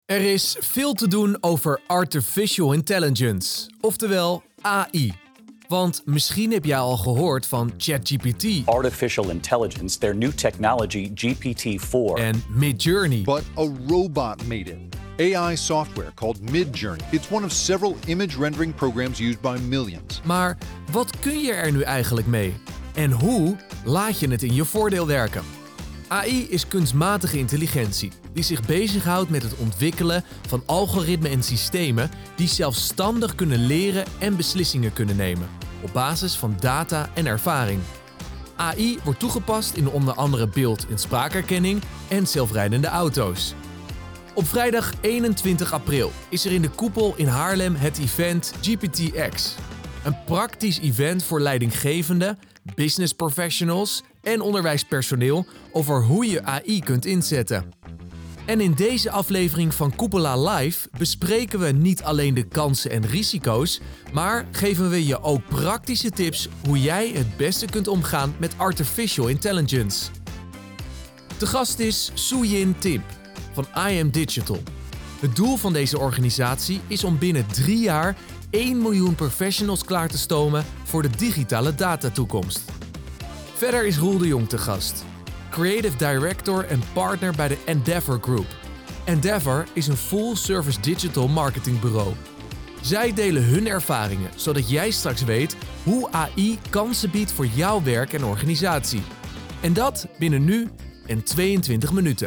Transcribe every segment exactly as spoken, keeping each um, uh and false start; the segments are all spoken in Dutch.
Er is veel te doen over Artificial Intelligence, oftewel A I. Want misschien heb jij al gehoord van ChatGPT. Artificial intelligence, their new technology G P T four. En Midjourney. But a robot made it. A I software called Midjourney. It's one of several image rendering programs used by millions. Maar wat kun je er nu eigenlijk mee? En hoe laat je het in je voordeel werken? A I is kunstmatige intelligentie die zich bezighoudt met het ontwikkelen van algoritmen en systemen die zelfstandig kunnen leren en beslissingen kunnen nemen op basis van data en ervaring. A I wordt toegepast in onder andere beeld- en spraakherkenning en zelfrijdende auto's. Op vrijdag eenentwintig april is er in de Koepel in Haarlem het event G P T X. Een praktisch event voor leidinggevenden, business professionals en onderwijspersoneel over hoe je A I kunt inzetten. En in deze aflevering van Cupola Live bespreken we niet alleen de kansen en risico's, maar geven we je ook praktische tips hoe jij het beste kunt omgaan met Artificial Intelligence. De gast is Soo-Yin Tim van I Am Digital. Het doel van deze organisatie is om binnen drie jaar één miljoen professionals klaar te stomen voor de digitale datatoekomst. Verder is Roel de Jong te gast, Creative Director en partner bij de Endeavor Group. Endeavor is een full-service digital marketingbureau. Zij delen hun ervaringen, zodat jij straks weet hoe A I kansen biedt voor jouw werk en organisatie. En dat binnen nu en tweeëntwintig minuten.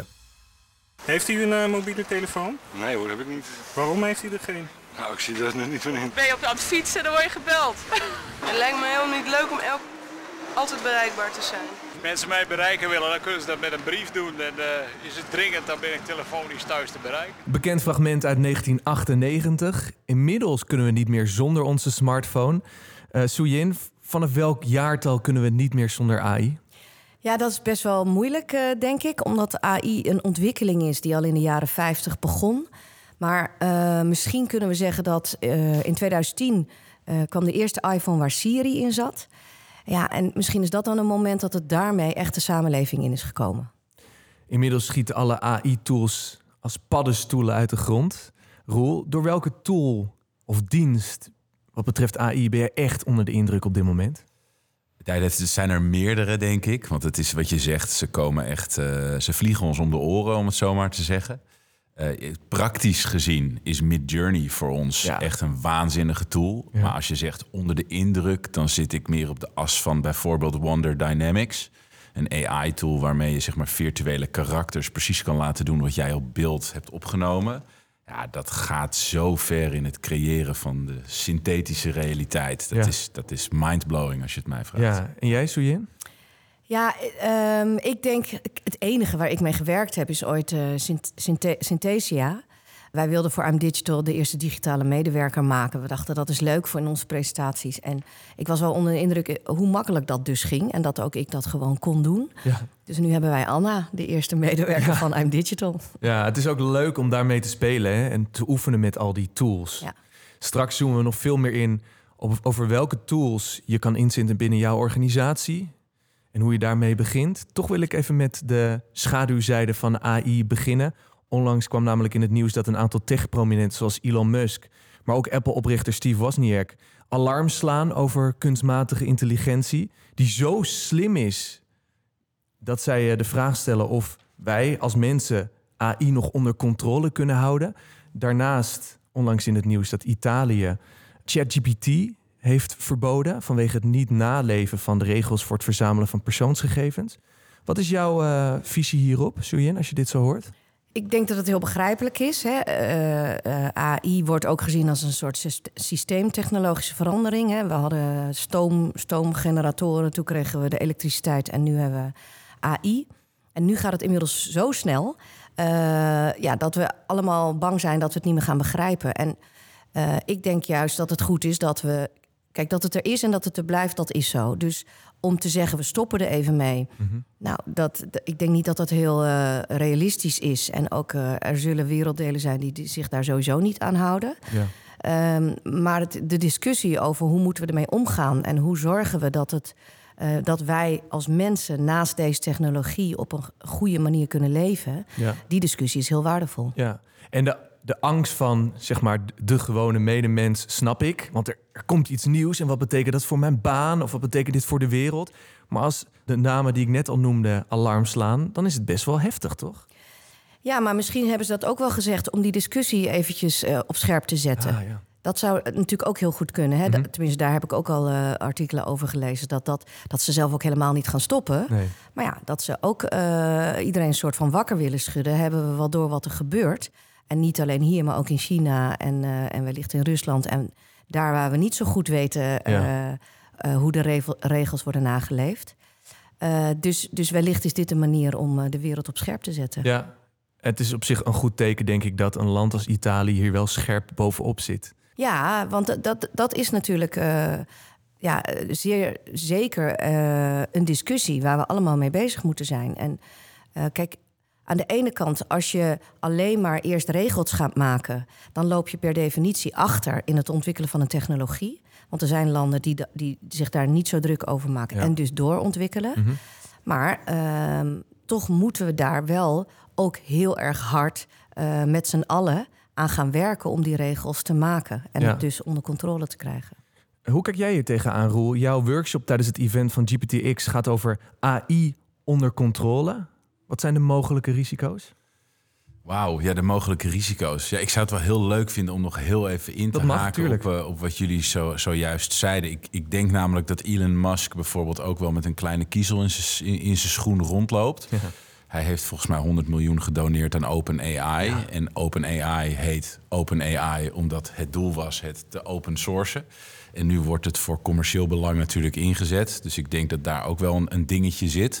Heeft u een uh, mobiele telefoon? Nee hoor, heb ik niet. Waarom heeft u er geen? Nou, ik zie er nog niet van in. Ben je op aan het fietsen, dan word je gebeld. Het lijkt me heel niet leuk om elk, altijd bereikbaar te zijn. Als mensen mij bereiken willen, dan kunnen ze dat met een brief doen. En uh, is het dringend, dan ben ik telefonisch thuis te bereiken. Bekend fragment uit negentien achtennegentig. Inmiddels kunnen we niet meer zonder onze smartphone. Uh, Soo-Yin, vanaf welk jaartal kunnen we niet meer zonder A I? Ja, dat is best wel moeilijk, uh, denk ik. Omdat A I een ontwikkeling is die al in de jaren vijftig begon. Maar uh, misschien kunnen we zeggen dat uh, in tweeduizend tien uh, kwam de eerste iPhone waar Siri in zat. Ja, en misschien is dat dan een moment dat het daarmee echt de samenleving in is gekomen. Inmiddels schieten alle A I-tools als paddenstoelen uit de grond. Roel, door welke tool of dienst wat betreft A I ben je echt onder de indruk op dit moment? Ja, dat zijn er meerdere, denk ik. Want het is wat je zegt, ze komen echt, uh, ze vliegen ons om de oren, om het zo maar te zeggen. Uh, praktisch gezien is Midjourney voor ons ja. echt een waanzinnige tool. Ja. Maar als je zegt onder de indruk, dan zit ik meer op de as van bijvoorbeeld Wonder Dynamics. Een A I-tool waarmee je zeg maar virtuele karakters precies kan laten doen wat jij op beeld hebt opgenomen. Ja, dat gaat zo ver in het creëren van de synthetische realiteit. Dat, ja. is, dat is mindblowing als je het mij vraagt. Ja, en jij, Soo-Yin? Ja, um, ik denk het enige waar ik mee gewerkt heb is ooit uh, Synth- Synthesia. Wij wilden voor I Am Digital de eerste digitale medewerker maken. We dachten dat is leuk voor in onze presentaties. En ik was wel onder de indruk hoe makkelijk dat dus ging. En dat ook ik dat gewoon kon doen. Ja. Dus nu hebben wij Anna, de eerste medewerker ja. van I Am Digital. Ja, het is ook leuk om daarmee te spelen hè, en te oefenen met al die tools. Ja. Straks zoomen we nog veel meer in op, over welke tools je kan inzetten binnen jouw organisatie. En hoe je daarmee begint. Toch wil ik even met de schaduwzijde van A I beginnen. Onlangs kwam namelijk in het nieuws dat een aantal tech-prominenten zoals Elon Musk, maar ook Apple-oprichter Steve Wozniak alarm slaan over kunstmatige intelligentie die zo slim is dat zij de vraag stellen of wij als mensen A I nog onder controle kunnen houden. Daarnaast onlangs in het nieuws dat Italië ChatGPT heeft verboden vanwege het niet naleven van de regels voor het verzamelen van persoonsgegevens. Wat is jouw uh, visie hierop, Soo-Yin, als je dit zo hoort? Ik denk dat het heel begrijpelijk is. Hè. Uh, uh, A I wordt ook gezien als een soort systeemtechnologische verandering. Hè. We hadden stoom, stoomgeneratoren, toen kregen we de elektriciteit en nu hebben we A I. En nu gaat het inmiddels zo snel uh, ja, dat we allemaal bang zijn dat we het niet meer gaan begrijpen. En uh, ik denk juist dat het goed is dat we... Kijk, dat het er is en dat het er blijft, dat is zo. Dus om te zeggen, we stoppen er even mee. Mm-hmm. Nou, dat, ik denk niet dat dat heel uh, realistisch is. En ook uh, er zullen werelddelen zijn die, die zich daar sowieso niet aan houden. Ja. Um, maar het, de discussie over hoe moeten we ermee omgaan en hoe zorgen we dat, het, uh, dat wij als mensen naast deze technologie op een goede manier kunnen leven, ja. Die discussie is heel waardevol. Ja. En de de angst van, zeg maar, de gewone medemens snap ik. Want er, er komt iets nieuws en wat betekent dat voor mijn baan? Of wat betekent dit voor de wereld? Maar als de namen die ik net al noemde alarm slaan, dan is het best wel heftig, toch? Ja, maar misschien hebben ze dat ook wel gezegd om die discussie eventjes uh, op scherp te zetten. Ah, ja. Dat zou natuurlijk ook heel goed kunnen. Hè? Mm-hmm. Da- tenminste, daar heb ik ook al uh, artikelen over gelezen. Dat, dat, dat ze zelf ook helemaal niet gaan stoppen. Nee. Maar ja, dat ze ook uh, iedereen een soort van wakker willen schudden. Hebben we wel door wat er gebeurt. En niet alleen hier, maar ook in China en, uh, en wellicht in Rusland. En daar waar we niet zo goed weten uh, Ja. uh, hoe de regel, regels worden nageleefd. Uh, dus, dus wellicht is dit een manier om uh, de wereld op scherp te zetten. Ja, het is op zich een goed teken, denk ik, dat een land als Italië hier wel scherp bovenop zit. Ja, want dat, dat, dat is natuurlijk uh, ja, zeer zeker uh, een discussie waar we allemaal mee bezig moeten zijn. En uh, kijk, aan de ene kant, als je alleen maar eerst regels gaat maken, dan loop je per definitie achter in het ontwikkelen van een technologie. Want er zijn landen die, die zich daar niet zo druk over maken Ja. en dus doorontwikkelen. Mm-hmm. Maar uh, toch moeten we daar wel ook heel erg hard uh, met z'n allen aan gaan werken om die regels te maken. En Ja. het dus onder controle te krijgen. Hoe kijk jij hier tegenaan, Roel? Jouw workshop tijdens het event van G P T X gaat over A I onder controle. Wat zijn de mogelijke risico's? Wauw, ja, de mogelijke risico's. Ja, ik zou het wel heel leuk vinden om nog heel even in te Dat mag, haken tuurlijk. op, uh, op wat jullie zo, zojuist zeiden. Ik, ik denk namelijk dat Elon Musk bijvoorbeeld ook wel met een kleine kiezel in zijn in, in zijn schoen rondloopt. Ja. Hij heeft volgens mij honderd miljoen gedoneerd aan OpenAI. Ja. En OpenAI heet OpenAI omdat het doel was het te open sourcen. En nu wordt het voor commercieel belang natuurlijk ingezet. Dus ik denk dat daar ook wel een, een dingetje zit.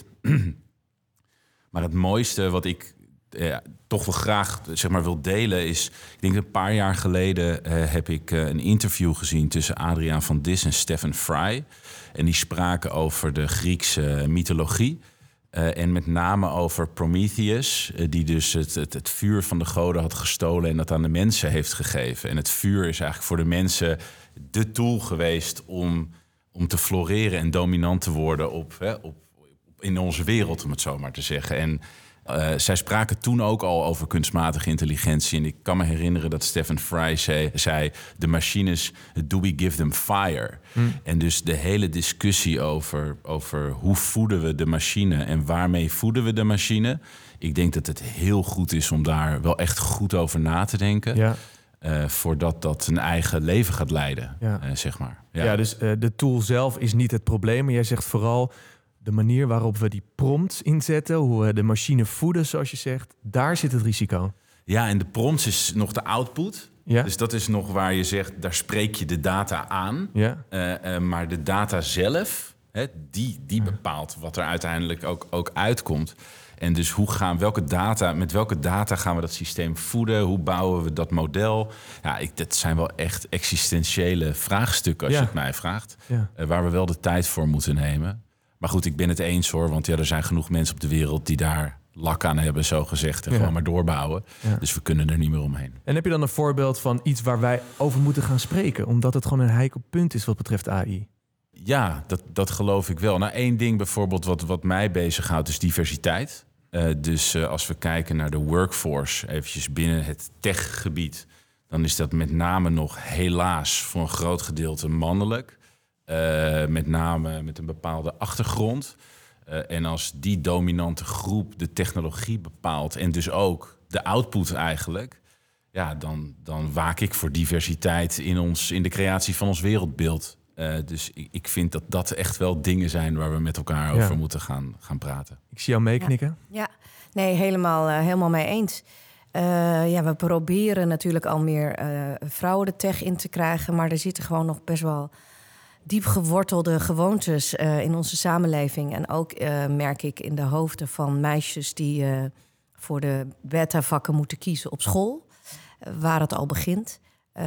Maar het mooiste wat ik eh, toch wel graag zeg maar, wil delen is... Ik denk een paar jaar geleden eh, heb ik eh, een interview gezien tussen Adriaan van Dis en Stephen Fry. En die spraken over de Griekse mythologie. Uh, en met name over Prometheus, uh, die dus het, het, het vuur van de goden had gestolen en dat aan de mensen heeft gegeven. En het vuur is eigenlijk voor de mensen de tool geweest om, om te floreren en dominant te worden op, hè, op, in onze wereld, om het zo maar te zeggen. En uh, zij spraken toen ook al over kunstmatige intelligentie. En ik kan me herinneren dat Stephen Fry zei, zei de machines, do we give them fire? Hmm. En dus de hele discussie over, over hoe voeden we de machine en waarmee voeden we de machine. Ik denk dat het heel goed is om daar wel echt goed over na te denken. Ja. Uh, voordat dat een eigen leven gaat leiden, Ja. uh, zeg maar. Ja, ja dus uh, de tool zelf is niet het probleem. Maar jij zegt vooral de manier waarop we die prompts inzetten, hoe we de machine voeden, zoals je zegt, daar zit het risico. Ja, en de prompts is nog de output. Ja. Dus dat is nog waar je zegt, daar spreek je de data aan. Ja. Uh, uh, maar de data zelf, hè, die, die bepaalt wat er uiteindelijk ook, ook uitkomt. En dus hoe gaan, welke data, met welke data gaan we dat systeem voeden? Hoe bouwen we dat model? Ja, ik, dat zijn wel echt existentiële vraagstukken als ja. je het mij vraagt. Ja. Uh, waar we wel de tijd voor moeten nemen. Maar goed, ik ben het eens hoor. Want ja, er zijn genoeg mensen op de wereld die daar lak aan hebben, zo gezegd. En ja. gewoon maar doorbouwen. Ja. Dus we kunnen er niet meer omheen. En heb je dan een voorbeeld van iets waar wij over moeten gaan spreken? Omdat het gewoon een heikel punt is wat betreft A I. Ja, dat, dat geloof ik wel. Nou, één ding bijvoorbeeld wat, wat mij bezighoudt is diversiteit. Uh, dus uh, als we kijken naar de workforce, eventjes binnen het techgebied, dan is dat met name nog helaas voor een groot gedeelte mannelijk. Uh, met name met een bepaalde achtergrond. Uh, en als die dominante groep de technologie bepaalt en dus ook de output eigenlijk, ja, dan, dan waak ik voor diversiteit in, ons, in de creatie van ons wereldbeeld. Uh, dus ik, ik vind dat dat echt wel dingen zijn waar we met elkaar ja. over moeten gaan, gaan praten. Ik zie jou meeknikken. Ja, ja. Nee, helemaal, uh, helemaal mee eens. Uh, ja, we proberen natuurlijk al meer uh, vrouwen de tech in te krijgen, maar er zitten gewoon nog best wel diep gewortelde gewoontes uh, in onze samenleving. En ook uh, merk ik in de hoofden van meisjes die uh, voor de beta-vakken moeten kiezen op school, uh, waar het al begint. Uh,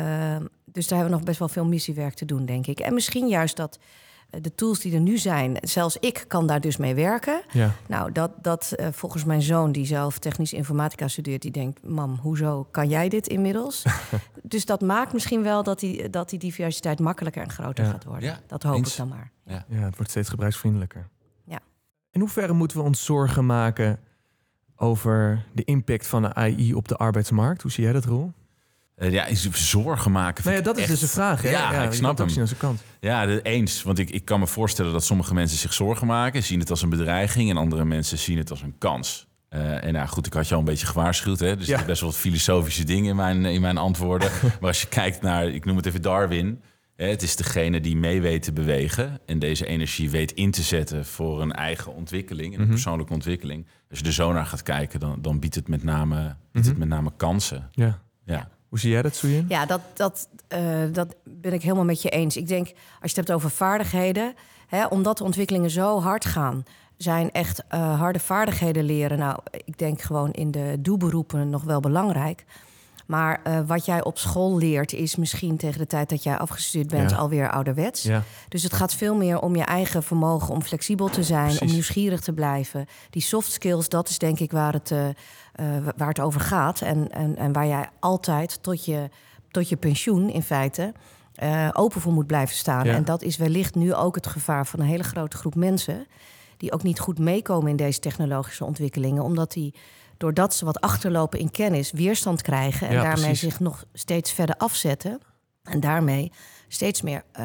dus daar hebben we nog best wel veel missiewerk te doen, denk ik. En misschien juist dat uh, de tools die er nu zijn, zelfs ik kan daar dus mee werken. Ja. Nou, dat, dat uh, volgens mijn zoon, die zelf technische informatica studeert, die denkt, mam, hoezo kan jij dit inmiddels? Dus dat maakt misschien wel dat die, dat die diversiteit makkelijker en groter ja. gaat worden. Ja, dat hoop eens. ik dan maar. Ja. Ja, het wordt steeds gebruiksvriendelijker. Ja. In hoeverre moeten we ons zorgen maken over de impact van de A I op de arbeidsmarkt. Hoe zie jij dat, Roel? Uh, ja, is zorgen maken. Nou ja, dat is echt... dus een vraag. Hè? Ja, ja, ik snap hem. Aan zijn kant. Ja, de, eens. Want ik, ik kan me voorstellen dat sommige mensen zich zorgen maken, zien het als een bedreiging, en andere mensen zien het als een kans. Uh, en nou goed, ik had je al een beetje gewaarschuwd. Hè? Dus ja. er zijn best wel wat filosofische dingen in mijn, in mijn antwoorden. Maar als je kijkt naar, ik noem het even Darwin. Hè, het is degene die mee weet te bewegen en deze energie weet in te zetten voor een eigen ontwikkeling, en een mm-hmm. persoonlijke ontwikkeling. Als je er zo naar gaat kijken, dan, dan biedt het met name, biedt mm-hmm. het met name kansen. Ja. Ja. Hoe zie jij dat, Suyin? Ja, dat, dat, uh, dat ben ik helemaal met je eens. Ik denk, als je het hebt over vaardigheden, hè, omdat de ontwikkelingen zo hard gaan, zijn echt uh, harde vaardigheden leren. Nou, ik denk gewoon in de doelberoepen nog wel belangrijk. Maar uh, wat jij op school leert is misschien tegen de tijd dat jij afgestudeerd bent ja. alweer ouderwets. Ja. Dus het gaat veel meer om je eigen vermogen om flexibel te zijn, Precies. om nieuwsgierig te blijven. Die soft skills, dat is denk ik waar het, uh, uh, waar het over gaat. En, en, en waar jij altijd tot je, tot je pensioen in feite uh, open voor moet blijven staan. Ja. En dat is wellicht nu ook het gevaar van een hele grote groep mensen die ook niet goed meekomen in deze technologische ontwikkelingen, omdat die, doordat ze wat achterlopen in kennis, weerstand krijgen en ja, daarmee precies. zich nog steeds verder afzetten en daarmee steeds meer uh,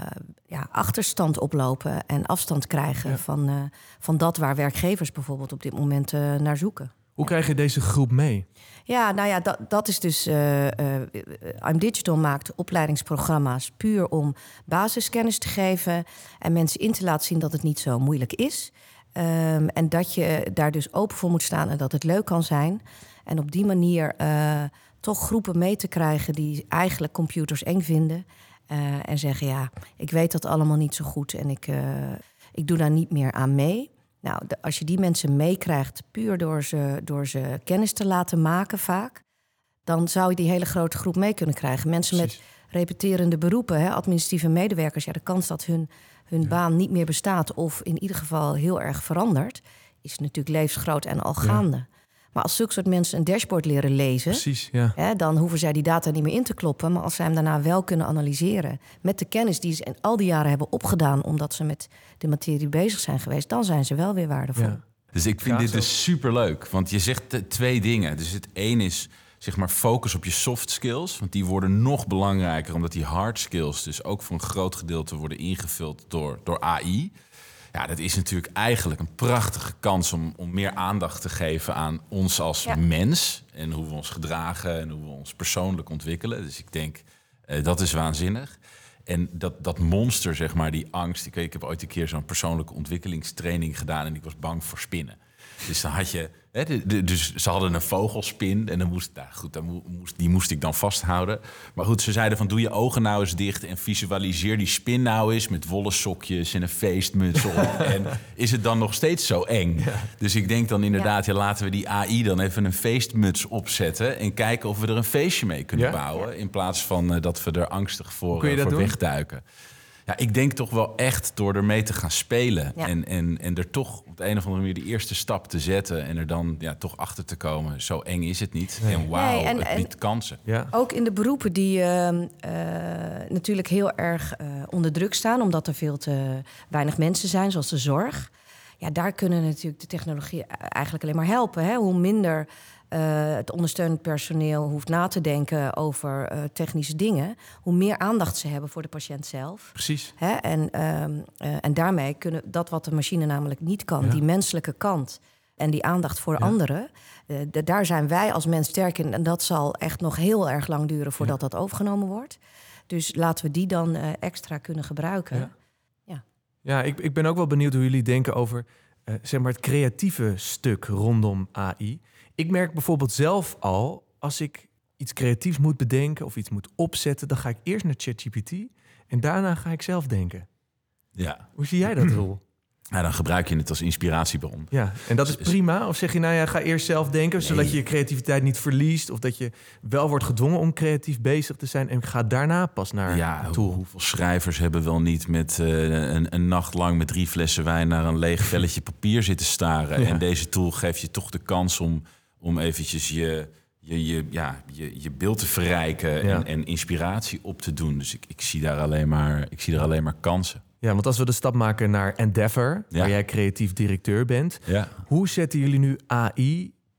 ja, achterstand oplopen en afstand krijgen ja. van, uh, van dat waar werkgevers bijvoorbeeld op dit moment uh, naar zoeken. Hoe krijg je deze groep mee? Ja, nou ja, dat, dat is dus... Uh, uh, I'm Digital maakt opleidingsprogramma's puur om basiskennis te geven en mensen in te laten zien dat het niet zo moeilijk is. Um, en dat je daar dus open voor moet staan en dat het leuk kan zijn. En op die manier uh, toch groepen mee te krijgen die eigenlijk computers eng vinden. Uh, en zeggen, ja, ik weet dat allemaal niet zo goed en ik, uh, ik doe daar niet meer aan mee. Nou, de, als je die mensen meekrijgt puur door ze, door ze kennis te laten maken vaak, dan zou je die hele grote groep mee kunnen krijgen. Mensen Precies. met repeterende beroepen, hè, administratieve medewerkers, ja, de kans dat hun, hun ja. baan niet meer bestaat of in ieder geval heel erg verandert, is natuurlijk levensgroot en al gaande. Ja. Maar als zulke soort mensen een dashboard leren lezen, Precies, ja. hè, dan hoeven zij die data niet meer in te kloppen. Maar als zij hem daarna wel kunnen analyseren met de kennis die ze in al die jaren hebben opgedaan, omdat ze met de materie bezig zijn geweest, dan zijn ze wel weer waardevol. Ja. Dus ik vind ja, dit zo. dus superleuk. Want je zegt t- twee dingen. Dus het één is, zeg maar, focus op je soft skills. Want die worden nog belangrijker, omdat die hard skills dus ook voor een groot gedeelte worden ingevuld door, door A I. Ja, dat is natuurlijk eigenlijk een prachtige kans om, om meer aandacht te geven aan ons als ja. mens. En hoe we ons gedragen en hoe we ons persoonlijk ontwikkelen. Dus ik denk, uh, dat is waanzinnig. En dat, dat monster, zeg maar, die angst. Ik, weet, ik heb ooit een keer zo'n persoonlijke ontwikkelingstraining gedaan en ik was bang voor spinnen. Dus dan had je, hè, de, de, dus ze hadden een vogelspin en dan moest, nou goed, dan moest, die moest ik dan vasthouden. Maar goed, ze zeiden van, doe je ogen nou eens dicht en visualiseer die spin nou eens met wollen sokjes en een feestmuts op. En is het dan nog steeds zo eng? Ja. Dus ik denk dan inderdaad, ja. Ja, laten we die A I dan even een feestmuts opzetten en kijken of we er een feestje mee kunnen ja. bouwen, in plaats van uh, dat we er angstig voor, uh, voor wegduiken. Ja, ik denk toch wel echt door ermee te gaan spelen. Ja. En, en, en er toch op de een of andere manier de eerste stap te zetten. En er dan ja, toch achter te komen. Zo eng is het niet. Nee. En wauw, nee, en, het biedt kansen. Ja. Ook in de beroepen die uh, uh, natuurlijk heel erg uh, onder druk staan. Omdat er veel te weinig mensen zijn, zoals de zorg. Ja, daar kunnen natuurlijk de technologie eigenlijk alleen maar helpen. Hè? Hoe minder uh, het ondersteunend personeel hoeft na te denken over uh, technische dingen, hoe meer aandacht ze hebben voor de patiënt zelf. Precies. Hè? En, uh, uh, en daarmee kunnen dat wat de machine namelijk niet kan, ja. die menselijke kant en die aandacht voor ja. anderen, uh, de, daar zijn wij als mens sterk in. En dat zal echt nog heel erg lang duren voordat ja. dat overgenomen wordt. Dus laten we die dan uh, extra kunnen gebruiken. Ja, ja. ja ik, ik ben ook wel benieuwd hoe jullie denken over uh, zeg maar het creatieve stuk rondom A I. Ik merk bijvoorbeeld zelf al, als ik iets creatiefs moet bedenken of iets moet opzetten, dan ga ik eerst naar ChatGPT en daarna ga ik zelf denken. Ja. Hoe zie jij dat, Roel? Nou, dan gebruik je het als inspiratiebron. Ja, en dat is prima? Of zeg je, nou ja, ga eerst zelf denken, nee. zodat je je creativiteit niet verliest, of dat je wel wordt gedwongen om creatief bezig te zijn en ga daarna pas naar ja, een tool. Hoe, hoeveel schrijvers hebben wel niet met uh, een, een nacht lang met drie flessen wijn naar een leeg velletje papier zitten staren. Ja. En deze tool geeft je toch de kans om, om eventjes je, je, je, ja, je, je beeld te verrijken ja. en, en inspiratie op te doen. Dus ik, ik, zie daar alleen maar, ik zie daar alleen maar kansen. Ja, want als we de stap maken naar Endeavor, ja. waar jij creatief directeur bent, ja. hoe zetten jullie nu A I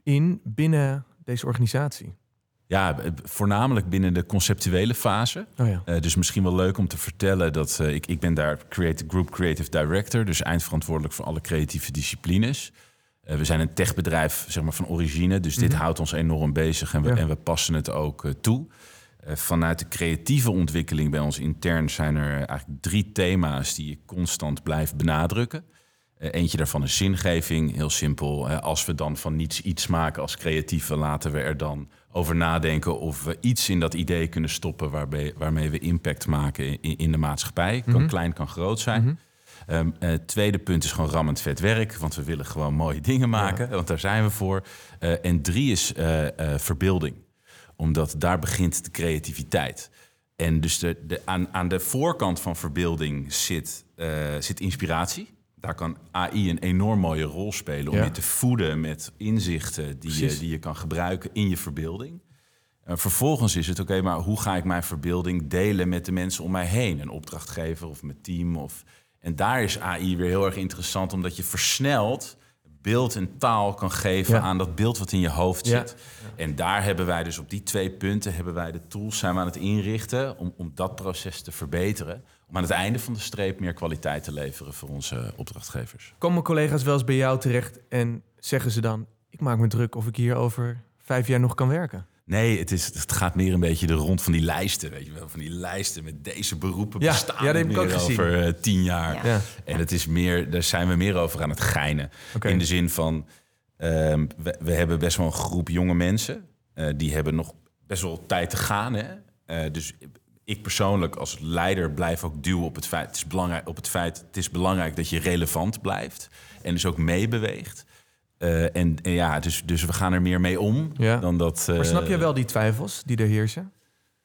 in binnen deze organisatie? Ja, voornamelijk binnen de conceptuele fase. Oh ja. Uh, dus misschien wel leuk om te vertellen dat uh, ik, ik ben daar creative, Group Creative Director, dus eindverantwoordelijk voor alle creatieve disciplines. Uh, we zijn een techbedrijf, zeg maar, van origine, dus dit Mm-hmm. houdt ons enorm bezig en we, Ja. en we passen het ook uh, toe. Uh, vanuit de creatieve ontwikkeling bij ons intern zijn er eigenlijk drie thema's die je constant blijft benadrukken. Uh, eentje daarvan is zingeving, heel simpel. Uh, als we dan van niets iets maken als creatieven, laten we er dan over nadenken of we iets in dat idee kunnen stoppen waarbij, waarmee we impact maken in, in de maatschappij. Kan Mm-hmm. klein, kan groot zijn. Mm-hmm. Um, uh, tweede punt is gewoon rammend vet werk, want we willen gewoon mooie dingen maken, Ja. want daar zijn we voor. Uh, en drie is uh, uh, verbeelding, omdat daar begint de creativiteit. En dus de, de, aan, aan de voorkant van verbeelding zit, uh, zit inspiratie. Daar kan A I een enorm mooie rol spelen om Ja. je te voeden met inzichten die je, Precies. die je kan gebruiken in je verbeelding. Uh, vervolgens is het oké, okay, maar hoe ga ik mijn verbeelding delen met de mensen om mij heen? Een opdrachtgever of mijn team. Of... En daar is A I weer heel erg interessant, omdat je versneld beeld en taal kan geven Ja. aan dat beeld wat in je hoofd Ja. zit. En daar hebben wij dus op die twee punten hebben wij de tools zijn we aan het inrichten om, om dat proces te verbeteren. Om aan het einde van de streep meer kwaliteit te leveren voor onze opdrachtgevers. Komen collega's wel eens bij jou terecht en zeggen ze dan, ik maak me druk of ik hier over vijf jaar nog kan werken? Nee, het, is, het gaat meer een beetje de rond van die lijsten, weet je wel. Van die lijsten met deze beroepen Ja, bestaan ja, dat heb niet ik ook meer gezien. over uh, tien jaar. Ja. Ja. En het is meer, daar zijn we meer over aan het geinen. Oké. In de zin van, um, we, we hebben best wel een groep jonge mensen. Uh, die hebben nog best wel tijd te gaan. Hè? Uh, dus ik persoonlijk als leider blijf ook duwen op het feit, het is belangrijk, op het feit, het is belangrijk dat je relevant blijft. En dus ook meebeweegt. Uh, en, en ja, dus, dus we gaan er meer mee om Ja. dan dat... Uh, Maar snap jij wel die twijfels die er heersen?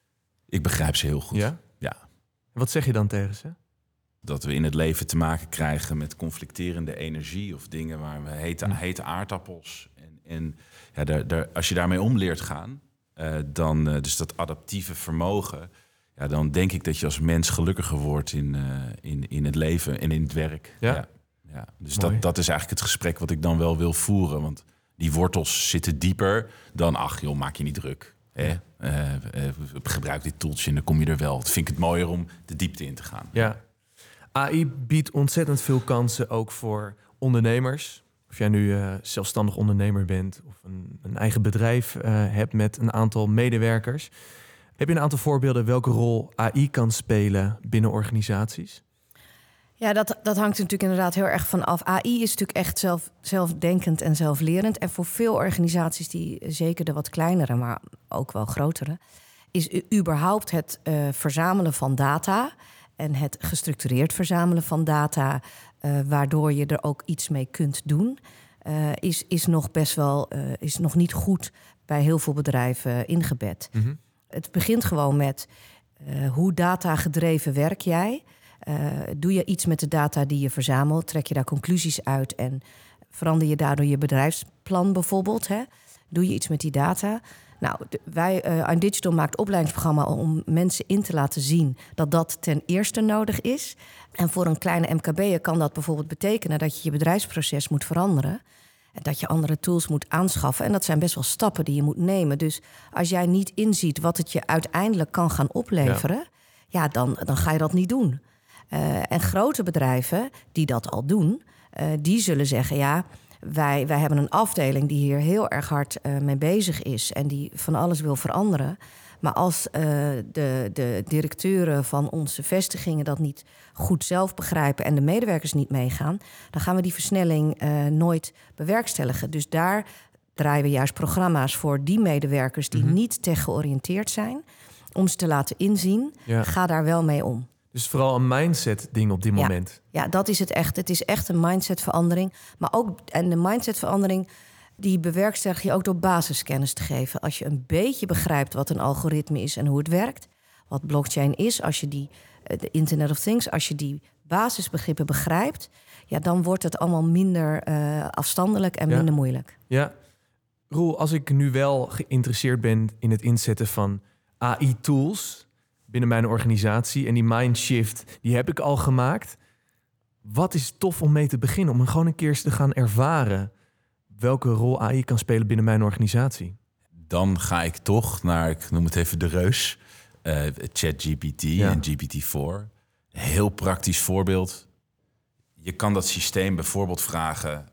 Ik begrijp ze heel goed. Ja? Ja. Wat zeg je dan tegen ze? Dat we in het leven te maken krijgen met conflicterende energie of dingen waar we hete, Hm. hete aardappels. En, en ja, daar, daar, als je daarmee om leert gaan, uh, dan, uh, dus dat adaptieve vermogen, ja, dan denk ik dat je als mens gelukkiger wordt in, uh, in, in het leven en in het werk. Ja? Ja, ja. Dus Mooi. dat, dat is eigenlijk het gesprek wat ik dan wel wil voeren. Want die wortels zitten dieper dan, ach joh, maak je niet druk. Hè? Ja. Uh, uh, gebruik dit toeltje en dan kom je er wel. Dat vind ik het mooier om de diepte in te gaan. Ja. A I biedt ontzettend veel kansen ook voor ondernemers. Of jij nu uh, zelfstandig ondernemer bent of een, een eigen bedrijf uh, hebt met een aantal medewerkers. Heb je een aantal voorbeelden welke rol A I kan spelen binnen organisaties? Ja, dat, dat hangt er natuurlijk inderdaad heel erg van af. A I is natuurlijk echt zelf, zelfdenkend en zelflerend. En voor veel organisaties, die zeker de wat kleinere, maar ook wel grotere, is u, überhaupt het uh, verzamelen van data en het gestructureerd verzamelen van data, uh, waardoor je er ook iets mee kunt doen, uh, is, is nog best wel uh, is nog niet goed bij heel veel bedrijven ingebed. Mm-hmm. Het begint gewoon met uh, hoe data gedreven werk jij? Uh, doe je iets met de data die je verzamelt? Trek je daar conclusies uit en verander je daardoor je bedrijfsplan bijvoorbeeld? Hè? Doe je iets met die data? Nou, de, wij, uh, iDigital maakt opleidingsprogramma om mensen in te laten zien dat dat ten eerste nodig is. En voor een kleine M K B'er kan dat bijvoorbeeld betekenen dat je je bedrijfsproces moet veranderen. En dat je andere tools moet aanschaffen. En dat zijn best wel stappen die je moet nemen. Dus als jij niet inziet wat het je uiteindelijk kan gaan opleveren, ja, ja dan, dan ga je dat niet doen. Uh, en grote bedrijven die dat al doen, uh, die zullen zeggen, ja, wij, wij hebben een afdeling die hier heel erg hard uh, mee bezig is en die van alles wil veranderen. Maar als uh, de, de directeuren van onze vestigingen dat niet goed zelf begrijpen en de medewerkers niet meegaan, dan gaan we die versnelling uh, nooit bewerkstelligen. Dus daar draaien we juist programma's voor die medewerkers die mm-hmm. niet tech georiënteerd zijn, om ze te laten inzien, ja, ga daar wel mee om. Dus vooral een mindset ding op dit ja. moment. Ja, dat is het echt. Het is echt een mindsetverandering. Maar ook, en de mindsetverandering, die bewerkstellig je ook door basiskennis te geven. Als je een beetje begrijpt wat een algoritme is en hoe het werkt, wat blockchain is, als je die, de Internet of Things, als je die basisbegrippen begrijpt, ja, dan wordt het allemaal minder uh, afstandelijk en ja. minder moeilijk. Ja. Roel, als ik nu wel geïnteresseerd ben in het inzetten van A I-tools binnen mijn organisatie en die mindshift, die heb ik al gemaakt. Wat is tof om mee te beginnen? Om gewoon een keer eens te gaan ervaren. welke rol A I kan spelen binnen mijn organisatie? Dan ga ik toch naar, ik noem het even de reus, uh, ChatGPT ja. en G P T vier. Een heel praktisch voorbeeld. Je kan dat systeem bijvoorbeeld vragen,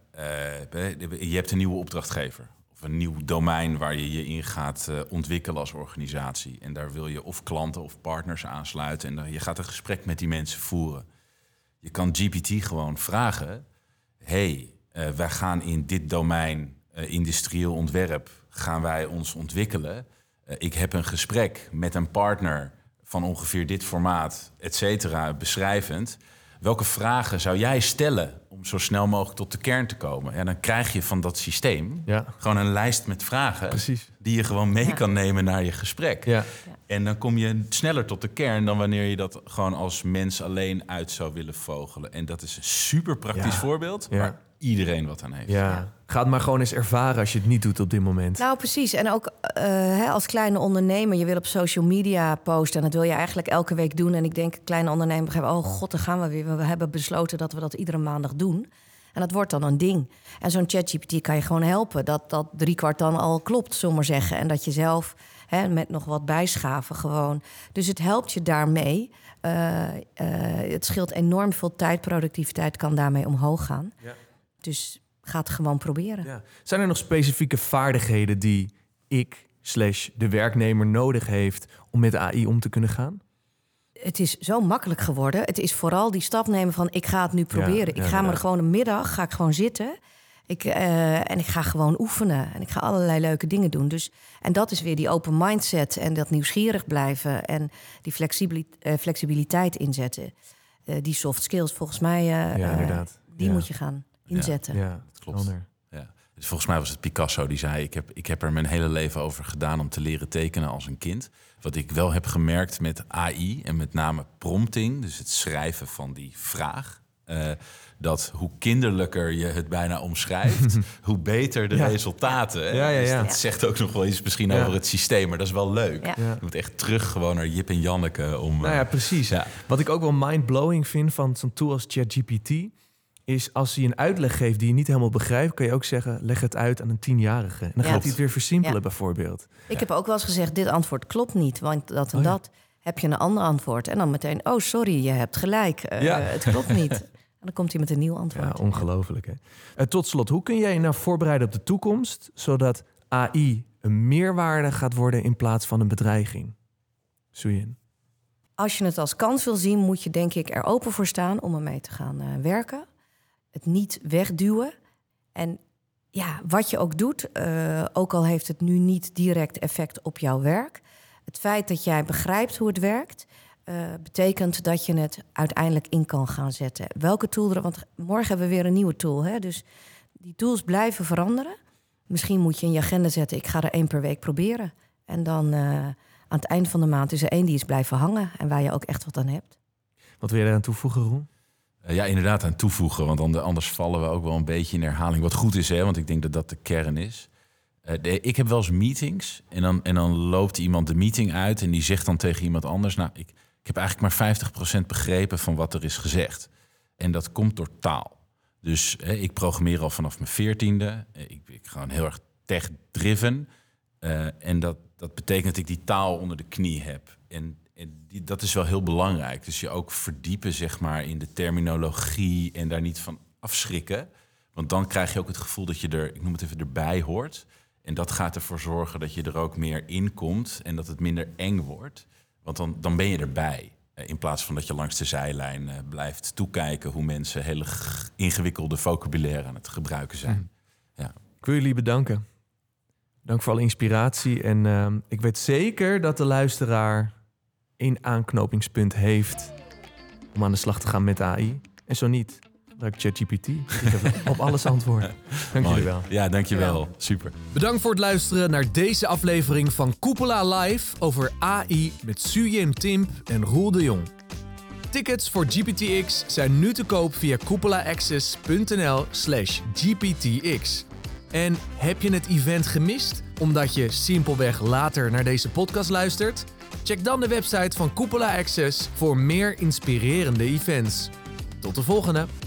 uh, je hebt een nieuwe opdrachtgever of een nieuw domein waar je je in gaat uh, ontwikkelen als organisatie. En daar wil je of klanten of partners aansluiten en dan, je gaat een gesprek met die mensen voeren. Je kan G P T gewoon vragen, hey, uh, wij gaan in dit domein, uh, industrieel ontwerp, gaan wij ons ontwikkelen. Uh, ik heb een gesprek met een partner van ongeveer dit formaat, et cetera, beschrijvend. Welke vragen zou jij stellen om zo snel mogelijk tot de kern te komen? En dan krijg je van dat systeem ja. gewoon een lijst met vragen... Precies. Die je gewoon mee ja. kan nemen naar je gesprek. Ja. En dan kom je sneller tot de kern dan wanneer je dat gewoon als mens alleen uit zou willen vogelen. En dat is een super praktisch ja. voorbeeld ja. waar iedereen wat aan heeft. Ja. Ja. Ga het maar gewoon eens ervaren als je het niet doet op dit moment. Nou, precies. En ook uh, hè, als kleine ondernemer, je wil op social media posten... en dat wil je eigenlijk elke week doen. En ik denk, kleine ondernemer begrijpen... oh god, dan gaan we weer. We hebben besloten dat we dat iedere maandag doen. En dat wordt dan een ding. En zo'n ChatGPT kan je gewoon helpen. Dat dat driekwart dan al klopt, zullen we maar zeggen. En dat je zelf hè, met nog wat bijschaven gewoon. Dus het helpt je daarmee. Uh, uh, het scheelt enorm veel tijd. Productiviteit kan daarmee omhoog gaan. Ja. Dus ga het gewoon proberen. Ja. Zijn er nog specifieke vaardigheden die ik slash de werknemer nodig heeft om met A I om te kunnen gaan? Het is zo makkelijk geworden. Het is vooral die stap nemen van ik ga het nu proberen. Ja, ja, ik ga maar gewoon een middag ga ik gewoon zitten. Ik, uh, en ik ga gewoon oefenen. En ik ga allerlei leuke dingen doen. Dus, en dat is weer die open mindset en dat nieuwsgierig blijven. En die flexibiliteit, uh, flexibiliteit inzetten. Uh, die soft skills volgens mij, uh, ja, inderdaad. Uh, die ja. moet je gaan inzetten. Ja, ja, dat klopt. Ja. Dus volgens mij was het Picasso die zei... Ik heb, ik heb er mijn hele leven over gedaan om te leren tekenen als een kind. Wat ik wel heb gemerkt met A I en met name prompting... dus het schrijven van die vraag... Uh, dat hoe kinderlijker je het bijna omschrijft... hoe beter de ja. resultaten. Hè? Ja, ja, ja. Dus dat zegt ook nog wel iets misschien ja. over het systeem... maar dat is wel leuk. Ja. Je moet echt terug gewoon naar Jip en Janneke. Om, nou ja, precies. Ja. Wat ik ook wel mind-blowing vind van zo'n tool als ChatGPT... is als hij een uitleg geeft die je niet helemaal begrijpt... kan je ook zeggen, leg het uit aan een tienjarige. En dan ja. gaat hij het weer versimpelen ja. bijvoorbeeld. Ik ja. heb ook wel eens gezegd, dit antwoord klopt niet. Want dat en oh, ja. dat, heb je een ander antwoord. En dan meteen, oh sorry, je hebt gelijk. Uh, ja. Het klopt niet. En dan komt hij met een nieuw antwoord. Ja, ongelooflijk. Hè? Uh, tot slot, hoe kun jij je nou voorbereiden op de toekomst... zodat A I een meerwaarde gaat worden in plaats van een bedreiging? Suyin. Als je het als kans wil zien, moet je denk ik er open voor staan... om ermee te gaan uh, werken. Het niet wegduwen. En ja, wat je ook doet, uh, ook al heeft het nu niet direct effect op jouw werk... het feit dat jij begrijpt hoe het werkt... Uh, betekent dat je het uiteindelijk in kan gaan zetten. Welke tool er... Want morgen hebben we weer een nieuwe tool. Hè? Dus die tools blijven veranderen. Misschien moet je in je agenda zetten... ik ga er één per week proberen. En dan uh, aan het eind van de maand is er één die is blijven hangen... en waar je ook echt wat aan hebt. Wat wil je eraan toevoegen, Roel? Uh, ja, inderdaad aan toevoegen. Want anders vallen we ook wel een beetje in herhaling. Wat goed is, hè? Want ik denk dat dat de kern is. Uh, de, ik heb wel eens meetings en dan, en dan loopt iemand de meeting uit... en die zegt dan tegen iemand anders... nou, ik, ik heb eigenlijk maar vijftig procent begrepen van wat er is gezegd. En dat komt door taal. Dus hè, ik programmeer al vanaf mijn veertiende. Ik ben gewoon heel erg tech-driven. Uh, en dat, dat betekent dat ik die taal onder de knie heb. En, en die, dat is wel heel belangrijk. Dus je ook verdiepen zeg maar, in de terminologie... en daar niet van afschrikken. Want dan krijg je ook het gevoel dat je er, ik noem het even, erbij hoort. En dat gaat ervoor zorgen dat je er ook meer in komt... en dat het minder eng wordt... Want dan, dan ben je erbij. In plaats van dat je langs de zijlijn uh, blijft toekijken... hoe mensen hele g- ingewikkelde vocabulaire aan het gebruiken zijn. Mm. Ja. Ik wil jullie bedanken. Dank voor alle inspiratie. En uh, ik weet zeker dat de luisteraar één aanknopingspunt heeft... om aan de slag te gaan met A I. En zo niet, gebruik ChatGPT. Ik heb op alles antwoorden. Dank jullie wel. Ja, dank je wel. Super. Bedankt voor het luisteren naar deze aflevering van Cupola Live... over A I met Suyin Timp en Roel de Jong. Tickets voor G P T X zijn nu te koop via cupolaaccess.nl slash gptx. En heb je het event gemist omdat je simpelweg later naar deze podcast luistert? Check dan de website van Cupola Access voor meer inspirerende events. Tot de volgende!